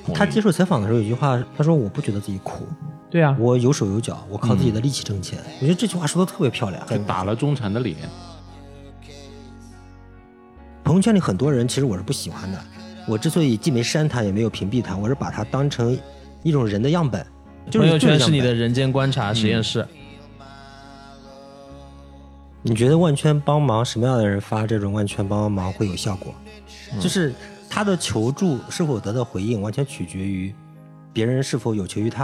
同意。 他接受采访的时候有一句话，他说我不觉得自己苦， 对啊， 我有手有脚，我靠自己的力气挣钱。我觉得这句话说的特别漂亮， 就打了中产的脸。 朋友圈里很多人其实我是不喜欢的，我之所以既没删他也没有屏蔽他，我是把他当成一种人的样本。 朋友圈是你的人间观察实验室。 你觉得万圈帮忙什么样的人发这种万圈帮忙会有效果？就是他的求助是否得到回应，完全取决于别人是否有求于他。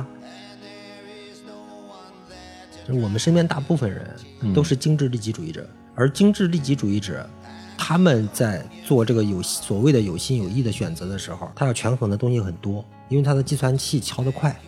就是我们身边大部分人都是精致利己主义者，而精致利己主义者，他们在做这个所谓的有心有意的选择的时候，他要权衡的东西很多，因为他的计算器敲得快。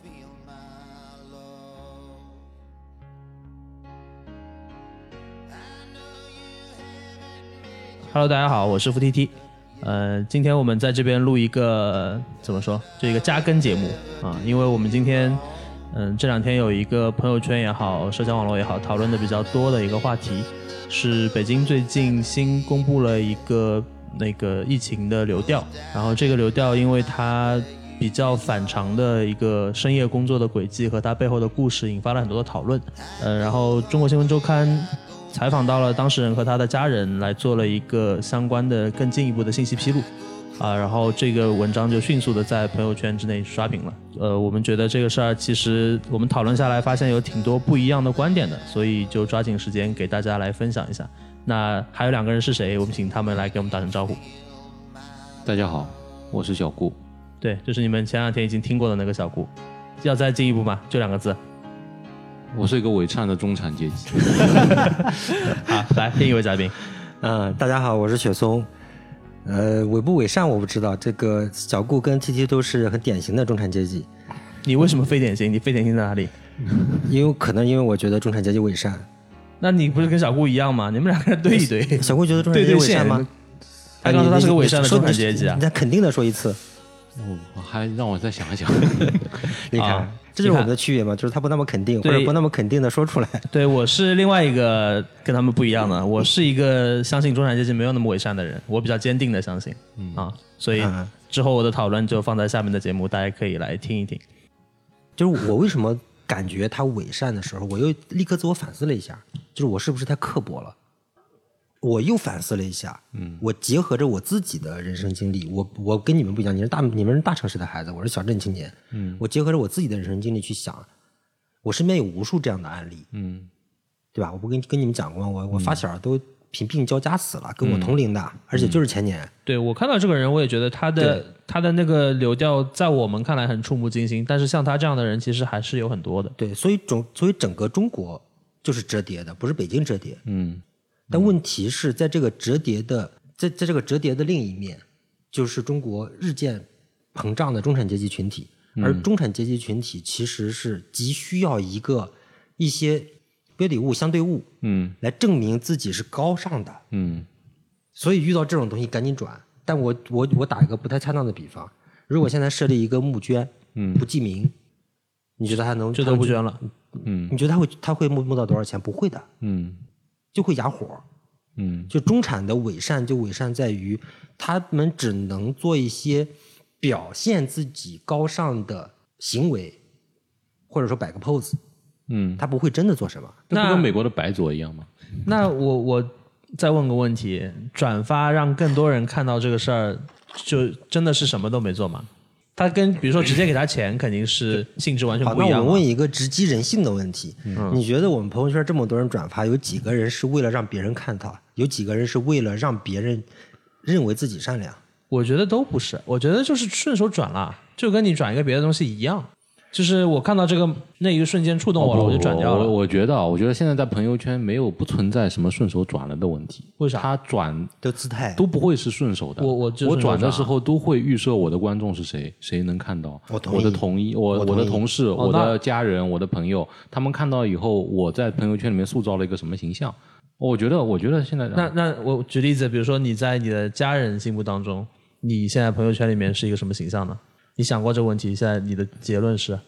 Hello， 大家好，我是付 TT。今天我们在这边录一个怎么说，就一个加更节目啊，因为我们今天这两天有一个朋友圈也好，社交网络也好，讨论的比较多的一个话题，是北京最近新公布了一个那个疫情的流调，然后这个流调因为它比较反常的一个深夜工作的轨迹和它背后的故事，引发了很多的讨论。然后中国新闻周刊采访到了当事人和他的家人，来做了一个相关的更进一步的信息披露然后这个文章就迅速的在朋友圈之内刷屏了。我们觉得这个事儿其实我们讨论下来发现有挺多不一样的观点的，所以就抓紧时间给大家来分享一下。那还有两个人是谁？我们请他们来给我们打声招呼。 大家好，我是小顾。 对，就是你们前两天已经听过的那个小顾。要再进一步吗？就两个字。 我是一个伪善的中产阶级。 好，来另一位嘉宾。 大家好，我是雪松。伪不伪善我不知道，这个小顾跟 TT 都是很典型的中产阶级。 你为什么非典型？你非典型在哪里？ 因为我觉得中产阶级伪善。 那你不是跟小顾一样吗？你们两个人对一对。 小顾觉得中产阶级伪善吗？ 他刚说他是个伪善的中产阶级啊。 你再肯定的说一次。 还让我再想一想。 你看，这就是我们的区别嘛，就是他不那么肯定，或者不那么肯定的说出来。 对，我是另外一个跟他们不一样的，我是一个相信中产阶级没有那么伪善的人，我比较坚定的相信所以之后我的讨论就放在下面的节目，大家可以来听一听。 就是我为什么感觉他伪善的时候，我又立刻自我反思了一下，就是我是不是太刻薄了？我又反思了一下，我结合着我自己的人生经历，我跟你们不一样，你们是大城市的孩子，我是小镇青年，我结合着我自己的人生经历去想，我身边有无数这样的案例，对吧？我不跟你们讲过吗？我发小都贫病交加死了，跟我同龄的，而且就是前年。 对，我看到这个人，我也觉得他的那个流调在我们看来很触目惊心，但是像他这样的人其实还是有很多的。 对，所以整个中国就是折叠的，不是北京折叠。但问题是在这个折叠的在这个折叠的另一面，就是中国日渐膨胀的中产阶级群体，而中产阶级群体其实是急需要一些标的物、相对物，来证明自己是高尚的，所以遇到这种东西赶紧转。但我打一个不太恰当的比方，如果现在设立一个募捐，不记名，你觉得他能这都不捐了？ 你觉得他会募到多少钱？不会的，就会哑火。就中产的伪善就伪善在于他们只能做一些表现自己高尚的行为，或者说摆个 pose，他不会真的做什么。 那不跟美国的白左一样吗？ 那我再问个问题，转发让更多人看到这个事儿，就真的是什么都没做吗？他跟比如说直接给他钱肯定是性质完全不一样。 那我们问一个直击人性的问题，你觉得我们朋友圈这么多人转发，有几个人是为了让别人看到，有几个人是为了让别人认为自己善良？ 我觉得都不是，我觉得就是顺手转了，就跟你转一个别的东西一样，就是我看到这个那一个瞬间触动我了，我就转掉了。 我觉得现在在朋友圈不存在什么顺手转了的问题。 为啥？ 他转的姿态都不会是顺手的。 我转的时候都会预设我的观众是谁，谁能看到。我的同事、我的家人、我的朋友，他们看到以后，我在朋友圈里面塑造了一个什么形象？我觉得现在那我举例子，比如说你在你的家人心目当中，你现在朋友圈里面是一个什么形象呢？你想过这个问题？现在你的结论是？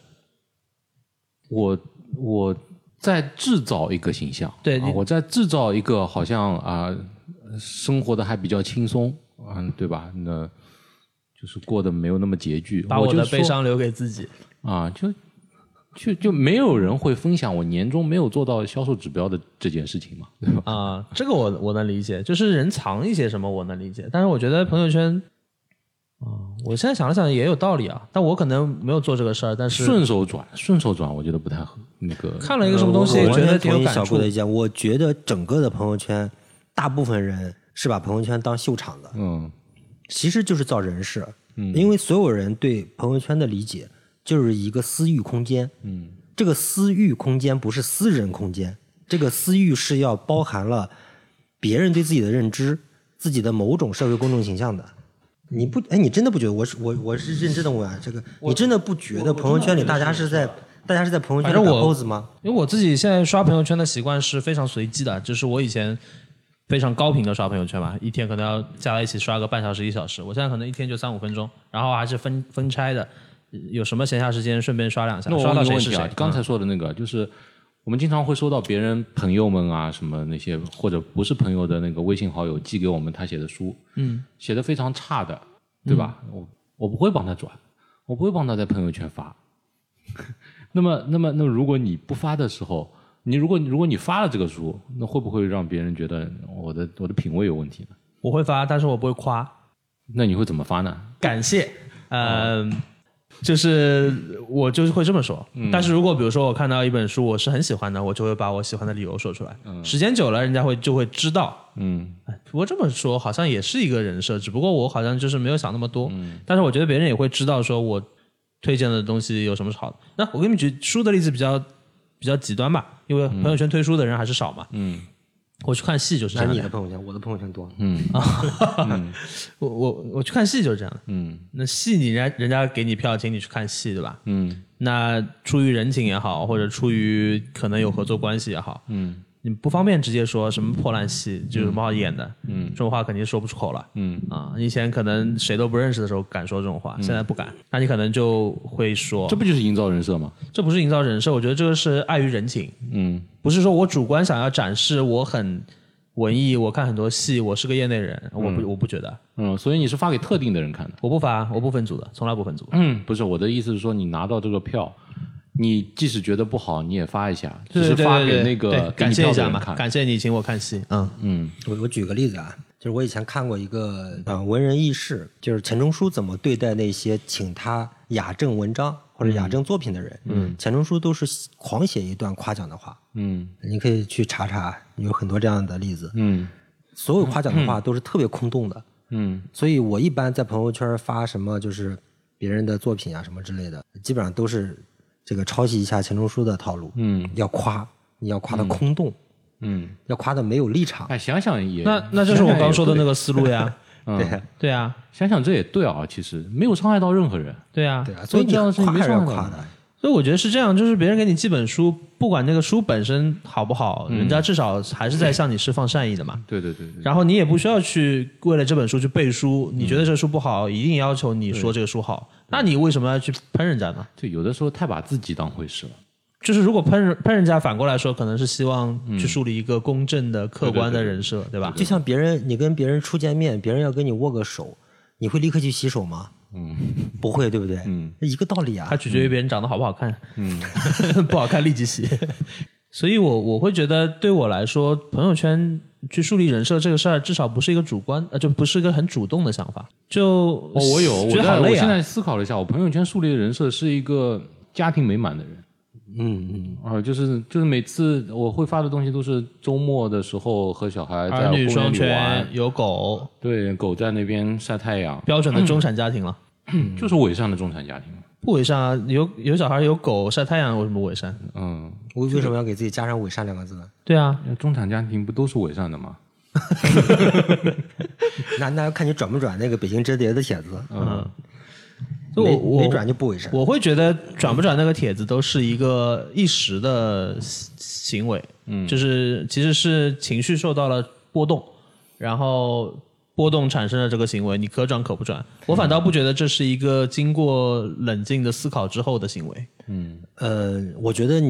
我在制造一个形象， 对， 我在制造一个好像生活的还比较轻松，对吧？那就是过得没有那么拮据， 把我的悲伤留给自己啊，就没有人会分享我年终没有做到销售指标的这件事情嘛，对吧？ 啊，这个我能理解，就是人藏一些什么我能理解，但是我觉得朋友圈我现在想了想也有道理啊，但我可能没有做这个事儿，但是顺手转我觉得不太合那个。 看了一个什么东西，觉得挺有感触。 小顾的意见，我觉得整个的朋友圈，大部分人是把朋友圈当秀场的，其实就是造人设，因为所有人对朋友圈的理解就是一个私域空间，这个私域空间不是私人空间，这个私域是要包含了别人对自己的认知、自己的某种社会公众形象的。你真的不觉得我是认真的问啊？这个你真的不觉得朋友圈里大家是在朋友圈里打 pose 吗？ 因为我自己现在刷朋友圈的习惯是非常随机的，就是我以前非常高频的刷朋友圈嘛，一天可能要加在一起刷个半小时1小时，我现在可能一天就3-5分钟，然后还是分拆的，有什么闲暇时间顺便刷2下，刷到谁是谁。 刚才说的那个就是我们经常会收到别人朋友们啊什么那些或者不是朋友的那个微信好友寄给我们他写的书，写的非常差的，对吧？我不会帮他转，我不会帮他在朋友圈发。那么如果你不发的时候，如果你发了这个书，那会不会让别人觉得我的品味有问题呢？ 我会发，但是我不会夸。 那你会怎么发呢？ 感谢，就是我就是会这么说，但是如果比如说我看到一本书我是很喜欢的，我就会把我喜欢的理由说出来，时间久了人家就会知道，不过这么说好像也是一个人设，只不过我好像就是没有想那么多，但是我觉得别人也会知道说我推荐的东西有什么是好的。那我给你们举书的例子比较极端吧，因为朋友圈推书的人还是少嘛，我去看戏就是这样的。 你的朋友圈，我的朋友圈多。 我去看戏就是这样的。那戏人家给你票请你去看戏，对吧？那出于人情也好，或者出于可能有合作关系也好，你不方便直接说什么破烂戏就有什么好演的，这种话肯定说不出口了。以前可能谁都不认识的时候敢说这种话，现在不敢，那你可能就会说， 这不就是营造人设吗？ 这不是营造人设，我觉得这个是碍于人情。不是说我主观想要展示我很文艺，我看很多戏，我是个业内人，我不觉得。 所以你是发给特定的人看的？ 我不发，我不分组的，从来不分组。 不是，我的意思是说，你拿到这个票，你即使觉得不好，你也发一下，只是发给那个感谢一下嘛，感谢你请我看戏。 我举个例子啊，就是我以前看过一个文人轶事，就是钱钟书怎么对待那些请他雅正文章或者雅正作品的人。钱钟书都是狂写一段夸奖的话。你可以去查查，有很多这样的例子。所有夸奖的话都是特别空洞的。所以我一般在朋友圈发什么就是别人的作品啊什么之类的，基本上都是这个抄袭一下钱钟书的套路。要夸，你要夸的空洞。要夸的没有立场。 想想也那就是我刚说的那个思路呀。对啊， 想想这也对啊，其实没有伤害到任何人。 对啊， 所以你夸还是要夸的。 所以我觉得是这样，就是别人给你寄本书，不管那个书本身好不好，人家至少还是在向你释放善意的嘛。 对。 然后你也不需要去为了这本书去背书，你觉得这书不好，一定要求你说这个书好，那你为什么要去喷人家呢？ 对，有的时候太把自己当回事了。 就是如果喷人家，反过来说，可能是希望去树立一个公正的、客观的人设，对吧？ 就像你跟别人初见面，别人要跟你握个手，你会立刻去洗手吗？不会，对不对？一个道理啊。 它取决于别人长得好不好看。不好看立即洗。所以我会觉得，对我来说，朋友圈去树立人设这个事儿，至少不是一个主观，就不是一个很主动的想法。我现在思考了一下，我朋友圈树立的人设是一个家庭美满的人。就是每次我会发的东西都是周末的时候和小孩在公园里玩，儿女双全， 有狗， 对，狗在那边晒太阳， 标准的中产家庭了。 就是伪善的中产家庭。 不伪善啊，有小孩有狗晒太阳，为什么伪善？ 为什么要给自己加上伪善2个字呢？ 对啊， 中产家庭不都是伪善的吗？ 那要看你转不转那个北京折叠的帖子。 我没转就不伪善。 我会觉得转不转那个帖子都是一个一时的行为，就是其实是情绪受到了波动，然后波动产生了这个行为，你可转可不转。我反倒不觉得这是一个经过冷静的思考之后的行为。 我觉得你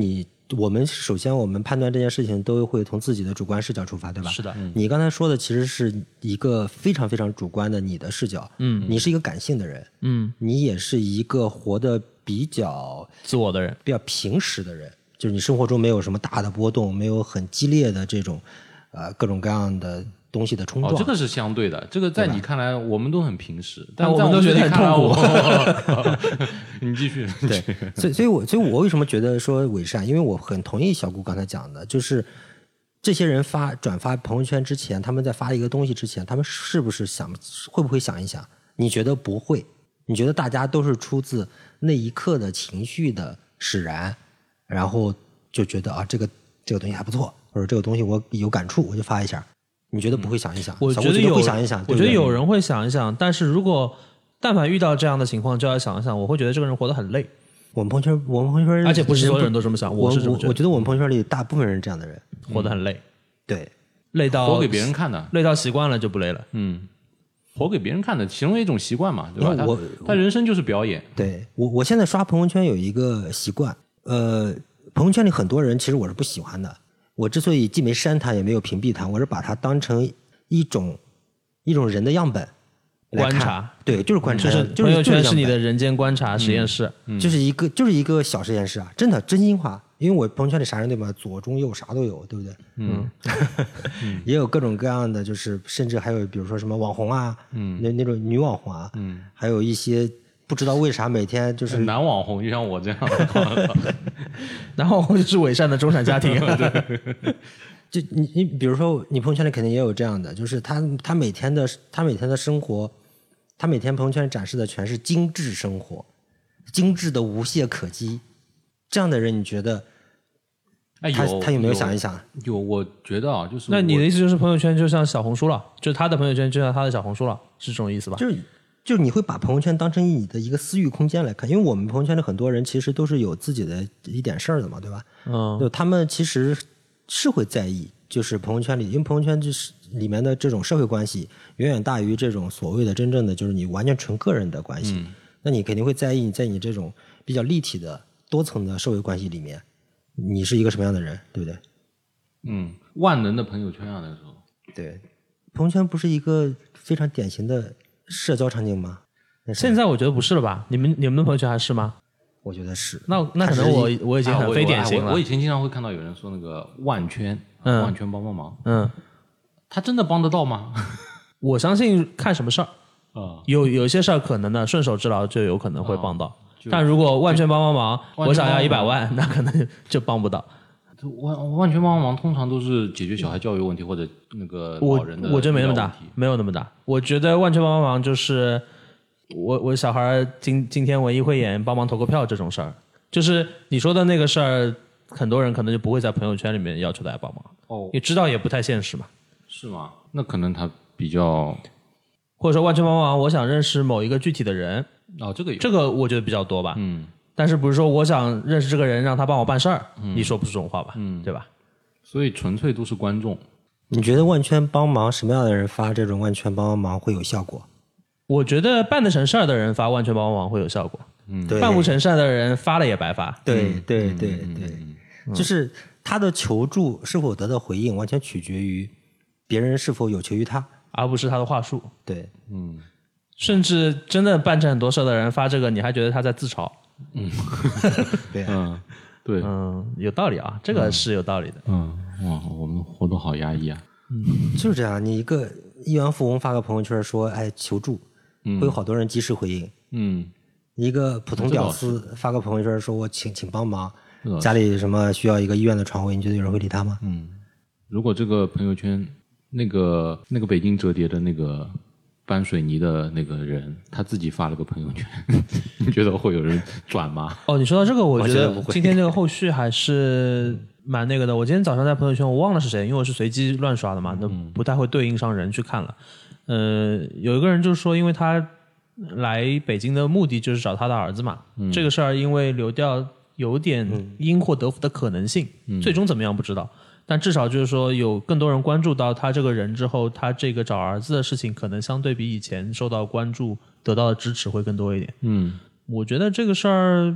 我们首先我们判断这件事情都会从自己的主观视角出发，对吧？ 是的。 你刚才说的其实是一个非常非常主观的你的视角。你是一个感性的人。你也是一个活得比较自我的人， 比较平实的人，就是你生活中没有什么大的波动，没有很激烈的这种各种各样的东西的冲撞。 这个是相对的，这个在你看来我们都很平实，但我们都觉得很痛苦。你继续。 对，所以我为什么觉得说伪善？因为我很同意小顾刚才讲的，就是这些人转发朋友圈之前，他们在发一个东西之前，他们是不是会不会想一想？你觉得不会？你觉得大家都是出自那一刻的情绪的使然，然后就觉得这个东西还不错，或者这个东西我有感触，我就发一下。你觉得不会想一想？ 我觉得会想一想。 我觉得有人会想一想，但是如果但凡遇到这样的情况，就要想一想，我会觉得这个人活得很累。 我们朋友圈， 而且不是所有人都这么想，我是这么觉得。 我觉得我们朋友圈里大部分人是这样的人， 活得很累。 对， 累到活给别人看的， 累到习惯了就不累了。 活给别人看的，形成一种习惯嘛，对吧？他人生就是表演。 对，我现在刷朋友圈有一个习惯，朋友圈里很多人其实我是不喜欢的。我之所以既没删他也没有屏蔽他，我是把他当成一种人的样本观察。 对，就是观察。 就是朋友圈是你的人间观察实验室， 就是一个小实验室啊，真的真心话。因为我朋友圈里啥人对吧，左中右啥都有，对不对？也有各种各样的，就是甚至还有比如说什么网红啊，那种女网红啊，还有一些不知道为啥每天就是男网红，就像我这样， 男网红就是伪善的中产家庭。 就你比如说你朋友圈里肯定也有这样的，就是他每天的生活，他每天朋友圈里展示的全是精致生活，精致的无懈可击。这样的人你觉得他有没有想一想？ 有，我觉得就是那你的意思就是朋友圈就像小红书了，就是他的朋友圈就像他的小红书了，是这种意思吧？ 就是你会把朋友圈当成你的一个私域空间来看，因为我们朋友圈的很多人其实都是有自己的一点事儿的嘛，对吧？就他们其实是会在意，就是朋友圈里，因为朋友圈就是里面的这种社会关系远远大于这种所谓的真正的就是你完全纯个人的关系。那你肯定会在意你在你这种比较立体的多层的社会关系里面，你是一个什么样的人，对不对？ 万能的朋友圈啊，那个时候。 对，朋友圈不是一个非常典型的社交场景吗？ 现在我觉得不是了吧？你们的朋友圈还是吗？ 我觉得是。 那可能我已经很非典型了。 我以前经常会看到有人说那个万圈帮忙。他真的帮得到吗？ 我相信看什么事儿。有些事儿可能呢顺手之劳就有可能会帮到。但如果万圈帮忙，我想要100万，那可能就帮不到。 万圈帮忙通常都是解决小孩教育问题或者那个老人的。 我觉得没那么大，没有那么大。我觉得万圈帮忙就是我小孩今天文艺汇演帮忙投个票这种事儿，就是你说的那个事儿，很多人可能就不会在朋友圈里面要求大家帮忙。你知道也不太现实嘛。 是吗？那可能他比较， 或者说万圈帮忙，我想认识某一个具体的人。这个我觉得比较多吧。但是不是说我想认识这个人让他帮我办事儿，你说不是这种话吧？对吧？ 所以纯粹都是观众。 你觉得万圈帮忙什么样的人发这种万圈帮忙会有效果？ 我觉得办得成事儿的人发万圈帮忙会有效果。办不成事儿的人发了也白发。 对，就是他的求助是否得到回应，完全取决于别人是否有求于他， 而不是他的话术。 对， 甚至真的办成很多事的人发这个，你还觉得他在自嘲。 对， 对， 有道理啊，这个是有道理的。 哇，我们活得好压抑啊。 就是这样，你一个亿万富翁发个朋友圈说求助，会有好多人及时回应。一个普通屌丝发个朋友圈说我请帮忙，家里什么需要一个医院的床位，你觉得有人会理他吗？ 如果这个朋友圈那个北京折叠的那个搬水泥的那个人他自己发了个朋友圈，你觉得会有人转吗？ 你说到这个，我觉得今天这个后续还是蛮那个的。我今天早上在朋友圈，我忘了是谁，因为我是随机乱刷的嘛，那不太会对应上人去看了。有一个人就是说，因为他来北京的目的就是找他的儿子嘛，这个事儿因为流调有点因祸得福的可能性，最终怎么样不知道。但至少就是说有更多人关注到他这个人之后，他这个找儿子的事情可能相对比以前受到关注得到的支持会更多一点。我觉得这个事儿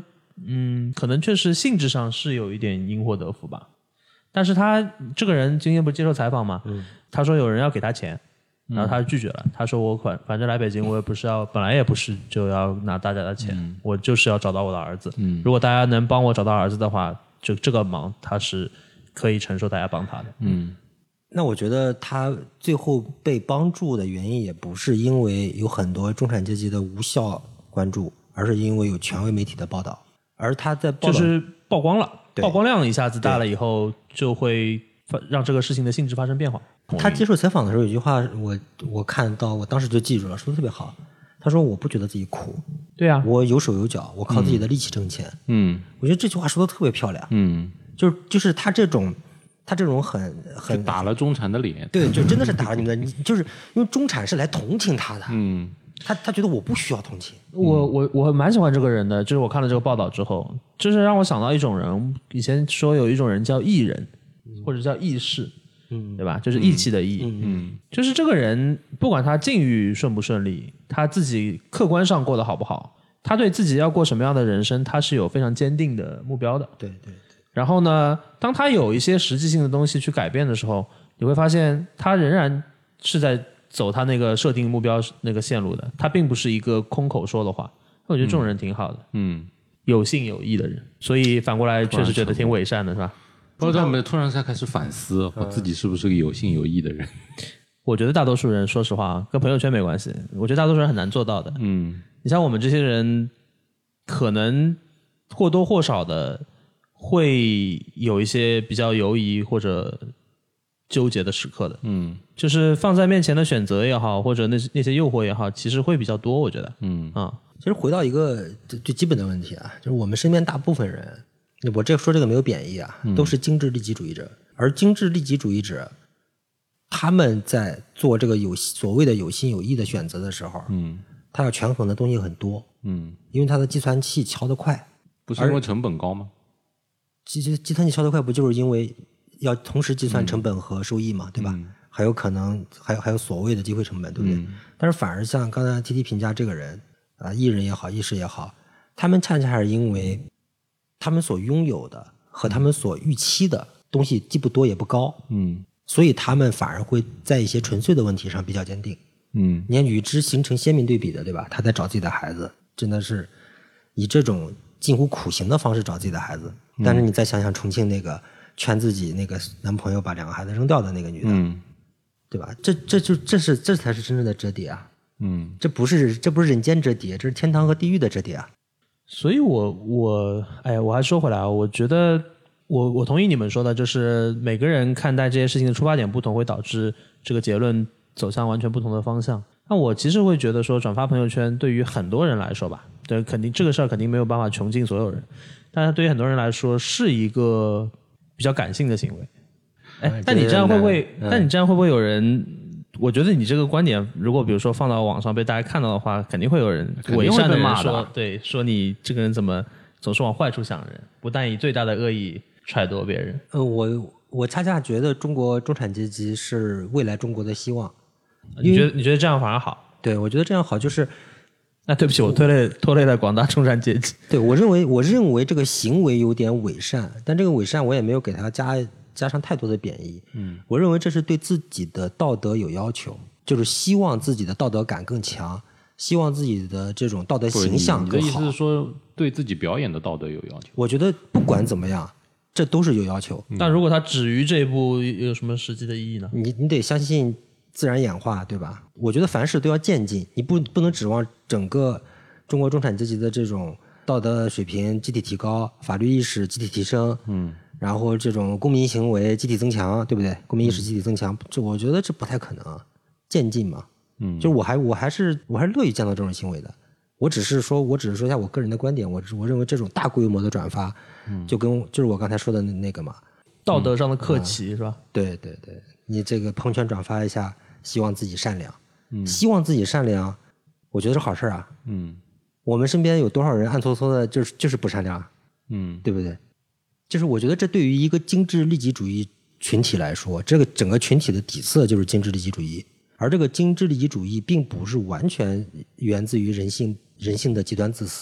可能确实性质上是有一点因祸得福吧。但是他这个人今天不是接受采访吗？他说有人要给他钱，然后他拒绝了。他说我反正来北京我也不是要，本来也不是就要拿大家的钱，我就是要找到我的儿子。如果大家能帮我找到儿子的话，就这个忙他是可以承受大家帮他的。 那我觉得他最后被帮助的原因也不是因为有很多中产阶级的无效关注，而是因为有权威媒体的报道，而他在报道就是曝光了，曝光量一下子大了以后，就会让这个事情的性质发生变化。 他接受采访的时候有句话我看到，我当时就记住了，说的特别好。他说我不觉得自己苦， 对啊， 我有手有脚，我靠自己的力气挣钱。我觉得这句话说的特别漂亮。就是他这种很打了中产的脸。 对，就真的是打了你们的，就是因为中产是来同情他的。他觉得我不需要同情。 我蛮喜欢这个人的，就是我看了这个报道之后，就是让我想到一种人，以前说有一种人叫义人，或者叫义士，对吧？就是义气的义。就是这个人不管他境遇顺不顺利，他自己客观上过得好不好，他对自己要过什么样的人生，他是有非常坚定的目标的。 对对。 然后呢，当他有一些实际性的东西去改变的时候，你会发现他仍然是在走他那个设定目标那个线路的，他并不是一个空口说的话。我觉得这种人挺好的。有信有义的人，所以反过来确实觉得挺伪善的，是吧？ 不知道没有突然才开始反思我自己是不是个有信有义的人。 我觉得大多数人说实话跟朋友圈没关系，我觉得大多数人很难做到的。你像我们这些人可能或多或少的会有一些比较犹疑或者纠结的时刻的。就是放在面前的选择也好，或者那些诱惑也好，其实会比较多，我觉得。 其实回到一个最基本的问题啊，就是我们身边大部分人，我说这个没有贬义啊，都是精致利己主义者。而精致利己主义者，他们在做这个所谓的有心有义的选择的时候，他要权衡的东西很多。因为他的计算器敲得快。 不是因为成本高吗？ 计算器敲得快，不就是因为要同时计算成本和收益嘛，对吧？还有可能还有所谓的机会成本，对不对？但是反而像刚才 TT 评价这个人啊，艺人也好，艺士也好，他们恰恰是因为他们所拥有的和他们所预期的东西既不多也不高，所以他们反而会在一些纯粹的问题上比较坚定。你看与之形成鲜明对比的，对吧？他在找自己的孩子，真的是以这种近乎苦行的方式找自己的孩子。但是你再想想重庆那个劝自己那个男朋友把2个孩子扔掉的那个女的，对吧？这才是真正的折叠啊！这不是人间折叠，这是天堂和地狱的折叠啊！ 所以我还说回来啊，我觉得我同意你们说的，就是每个人看待这些事情的出发点不同，会导致这个结论走向完全不同的方向。那我其实会觉得说，转发朋友圈对于很多人来说吧，对，肯定这个事儿肯定没有办法穷尽所有人，但是对于很多人来说是一个比较感性的行为。但你这样会不会？但你这样会不会有人？我觉得你这个观点，如果比如说放到网上被大家看到的话，肯定会有人伪善的人说，对，说你这个人怎么总是往坏处想的人，不但以最大的恶意揣度别人。 我恰恰觉得中国中产阶级是未来中国的希望。 你觉得这样反而好？ 对，我觉得这样好，就是那对不起，我拖累了广大中产阶级。 对，我认为这个行为有点伪善，但这个伪善我也没有给他加上太多的贬义。我认为这是对自己的道德有要求，就是希望自己的道德感更强，希望自己的这种道德形象更好。 你的意思是说对自己表演的道德有要求？ 我觉得不管怎么样，这都是有要求。 但如果他止于这一步，有什么实际的意义呢？ 你得相信自然演化，对吧？我觉得凡事都要渐进，你不能指望整个中国中产阶级的这种道德水平集体提高，法律意识集体提升，然后这种公民行为集体增强，对不对？公民意识集体增强，我觉得这不太可能，渐进嘛。就是我还是乐意见到这种行为的。我只是说一下我个人的观点，我认为这种大规模的转发，就是我刚才说的那个嘛， 道德上的克己，是吧？ 对对对，你这个朋友圈转发一下，希望自己善良，希望自己善良，我觉得是好事啊。我们身边有多少人暗搓搓的，就是不善良，对不对？就是我觉得这对于一个精致利己主义群体来说，这个整个群体的底色就是精致利己主义，而这个精致利己主义并不是完全源自于人性的极端自私，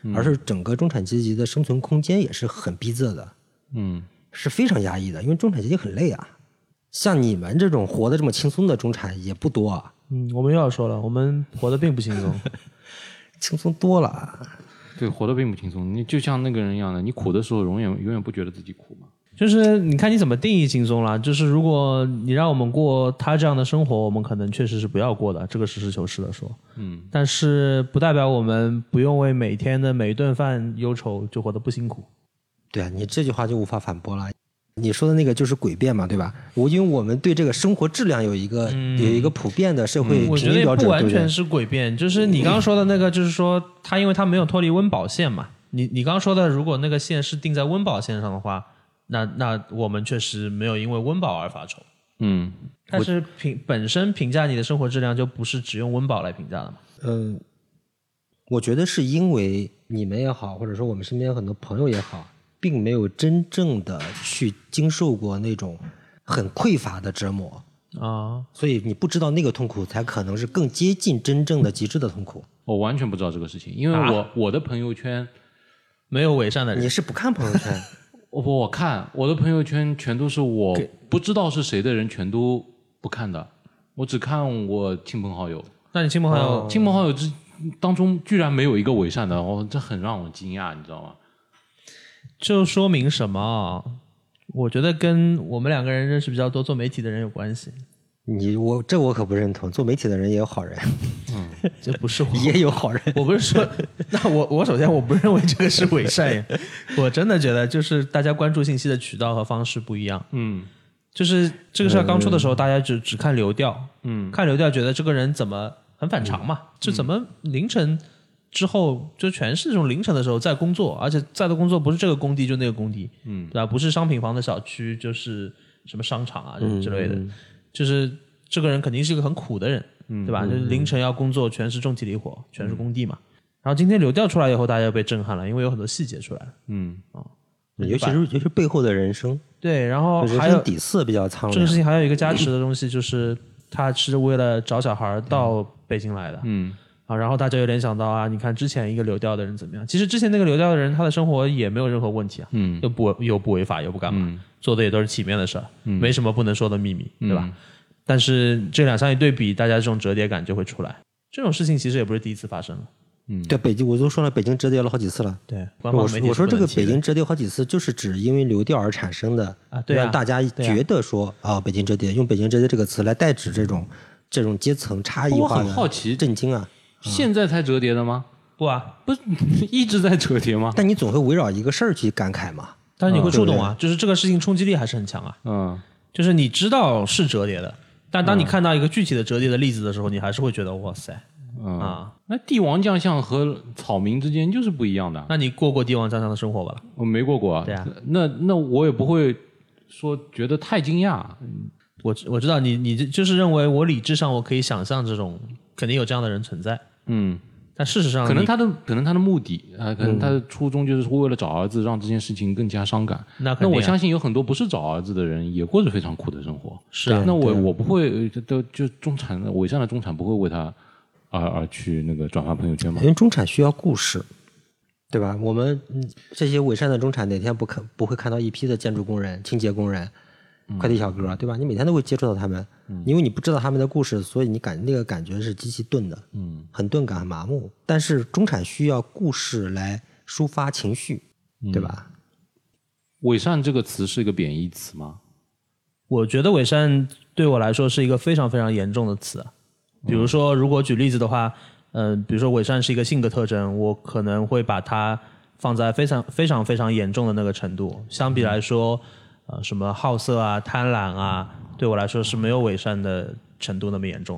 而是整个中产阶级的生存空间也是很逼仄的，是非常压抑的，因为中产阶级很累啊。像你们这种活得这么轻松的中产也不多啊。 我们又要说了，我们活得并不轻松， 轻松多了。 对，活得并不轻松。你就像那个人一样的，你苦的时候永远不觉得自己苦嘛。 就是你看你怎么定义轻松啦。就是如果你让我们过他这样的生活，我们可能确实是不要过的，这个实事求是的说。但是不代表我们不用为每天的每一顿饭忧愁，就活得不辛苦。 对啊，你这句话就无法反驳了。你说的那个就是诡辩嘛，对吧？因为我们对这个生活质量有一个普遍的社会评定标准， 我觉得也不完全是诡辩，就是你刚刚说的那个，就是说他因为他没有脱离温饱线嘛。你刚刚说的，如果那个线是定在温饱线上的话，那我们确实没有因为温饱而发愁。但是本身评价你的生活质量就不是只用温饱来评价的嘛。 我觉得是因为你们也好，或者说我们身边很多朋友也好，并没有真正的去经受过那种很匮乏的折磨啊，所以你不知道那个痛苦才可能是更接近真正的极致的痛苦。 我完全不知道这个事情，因为我的朋友圈没有伪善的人。 你是不看朋友圈？ 我看我的朋友圈全都是我不知道是谁的人，全都不看的，我只看我亲朋好友。 那你亲朋好友当中居然没有一个伪善的，这很让我惊讶，你知道吗？ 就说明什么？我觉得跟我们两个人认识比较多做媒体的人有关系。 我可不认同，做媒体的人也有好人。 这不是我也有好人。 我不是说，那我首先我不认为这个是伪善呀。我真的觉得就是大家关注信息的渠道和方式不一样。就是这个事儿刚出的时候，大家只看流调。看流调觉得这个人怎么很反常嘛，就怎么凌晨之后就全是这种凌晨的时候在工作，而且在的工作不是这个工地就那个工地，对吧？不是商品房的小区就是什么商场啊之类的，就是这个人肯定是一个很苦的人，对吧？就是凌晨要工作，全是重体力活，全是工地嘛。然后今天流调出来以后，大家被震撼了，因为有很多细节出来了。 尤其是背后的人生。对， 然后还有底色比较苍凉。 这个事情还有一个加持的东西，就是他是为了找小孩到北京来的。然后大家又联想到啊，你看之前一个流调的人怎么样？其实之前那个流调的人，他的生活也没有任何问题啊，又不违法，又不干嘛，做的也都是体面的事儿，没什么不能说的秘密，对吧？但是这两项一对比，大家这种折叠感就会出来。这种事情其实也不是第一次发生了。 对，北京我都说了，北京折叠了好几次了。 对， 我说这个北京折叠好几次，就是指因为流调而产生的，让大家觉得说北京折叠，用北京折叠这个词来代指这种阶层差异化的。我很好奇， 震惊啊！ 现在才折叠的吗？ 不啊， 不是一直在折叠吗？ 但你总会围绕一个事儿去感慨嘛。 但是你会触动啊，就是这个事情冲击力还是很强啊。就是你知道是折叠的，但当你看到一个具体的折叠的例子的时候，你还是会觉得哇塞。 那帝王将相和草民之间就是不一样的。 那你过过帝王将相的生活吧？ 我没过过啊。 对啊。 那我也不会说觉得太惊讶。 我知道你就是认为我理智上我可以想象这种肯定有这样的人存在。但事实上可能他的目的可能他的初衷就是为了找儿子，让这件事情更加伤感。 那我相信有很多不是找儿子的人也过着非常苦的生活。 是啊。 那我不会就中产伪善的中产不会为他而去那个转发朋友圈吗？ 因为中产需要故事，对吧？我们这些伪善的中产哪天不会看到一批的建筑工人、清洁工人、快递小哥，对吧？你每天都会接触到他们，因为你不知道他们的故事，所以你那个感觉是极其钝的，很钝感、很麻木。但是中产需要故事来抒发情绪，对吧？ 伪善这个词是一个贬义词吗？ 我觉得伪善对我来说是一个非常非常严重的词。比如说，如果举例子的话，比如说伪善是一个性格特征，我可能会把它放在非常非常非常严重的那个程度。相比来说，什么好色啊、贪婪啊，对我来说是没有伪善的程度那么严重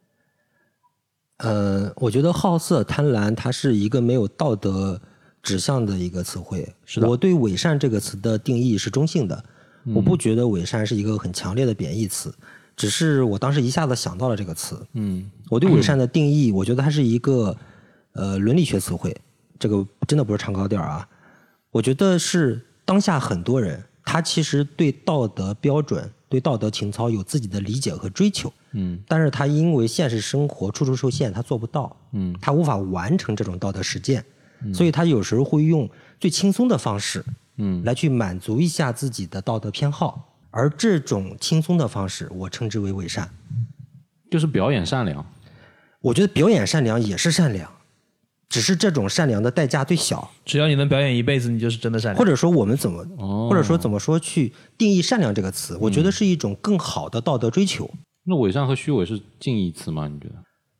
的。我觉得好色、贪婪，它是一个没有道德指向的一个词汇。 是的。 我对伪善这个词的定义是中性的，我不觉得伪善是一个很强烈的贬义词。只是我当时一下子想到了这个词。我对伪善的定义，我觉得它是一个伦理学词汇，这个真的不是唱高调啊。我觉得是当下很多人，他其实对道德标准、对道德情操有自己的理解和追求。但是他因为现实生活处处受限，他做不到。他无法完成这种道德实践， 所以他有时候会用最轻松的方式，来去满足一下自己的道德偏好，而这种轻松的方式，我称之为伪善， 就是表演善良。 我觉得表演善良也是善良，只是这种善良的代价最小。 只要你能表演一辈子，你就是真的善良。 或者说我们或者说怎么说去定义善良这个词，我觉得是一种更好的道德追求。 那伪善和虚伪是近义词吗？你觉得？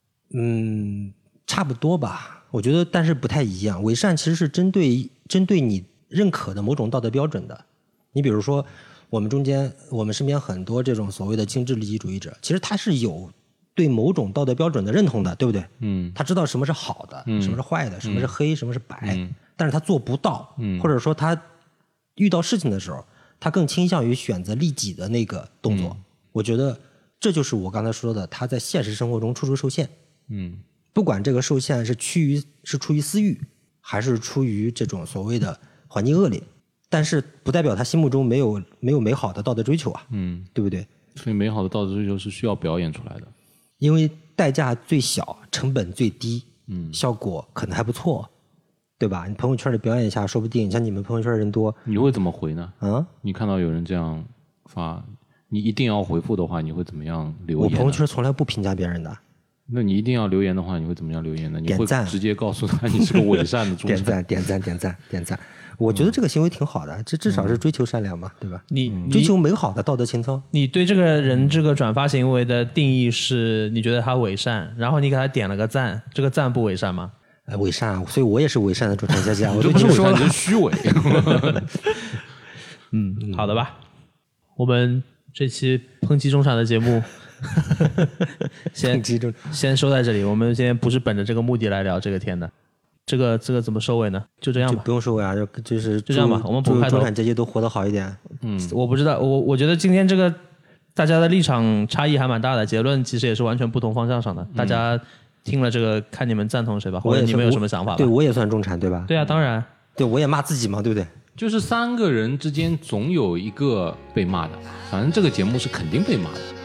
差不多吧，我觉得，但是不太一样。伪善其实是针对你认可的某种道德标准的。你比如说，我们身边很多这种所谓的精致利己主义者，其实他是有对某种道德标准的认同的，对不对？他知道什么是好的，什么是坏的，什么是黑，什么是白，但是他做不到，或者说他遇到事情的时候，他更倾向于选择利己的那个动作。我觉得这就是我刚才说的，他在现实生活中处处受限。不管这个受限是出于私欲，还是出于这种所谓的环境恶劣，但是不代表他心目中没有美好的道德追求啊，对不对？ 所以美好的道德追求是需要表演出来的， 因为代价最小，成本最低，效果可能还不错，对吧？你朋友圈里表演一下，说不定像你们朋友圈人多， 你会怎么回呢？你看到有人这样发，你一定要回复的话，你会怎么样留言？ 我朋友圈从来不评价别人的。 那你一定要留言的话，你会怎么样留言呢？ 点赞， 你会直接告诉他你是个伪善的主点赞。我觉得这个行为挺好的，这至少是追求善良嘛，对吧？ 你追求美好的道德情操。 你对这个人这个转发行为的定义是，你觉得他伪善，然后你给他点了个赞，这个赞不伪善吗？ 伪善啊，所以我也是伪善的中产阶级啊。我就不是伪善，你是虚伪。 好的吧。我们这期抨击中产的节目。先收在这里，我们今天不是本着这个目的来聊这个天的，这个怎么收尾呢？就这样吧， 就不用收尾啊，就这样吧，我们补开头， 中产阶级都活得好一点。 我不知道，我觉得今天这个大家的立场差异还蛮大的，结论其实也是完全不同方向上的。大家听了这个，看你们赞同谁吧，或者你们有什么想法吧？ 对，我也算中产，对吧？ 对啊，当然。 对，我也骂自己嘛，对不对？ 就是3个人之间总有一个被骂的，反正这个节目是肯定被骂的。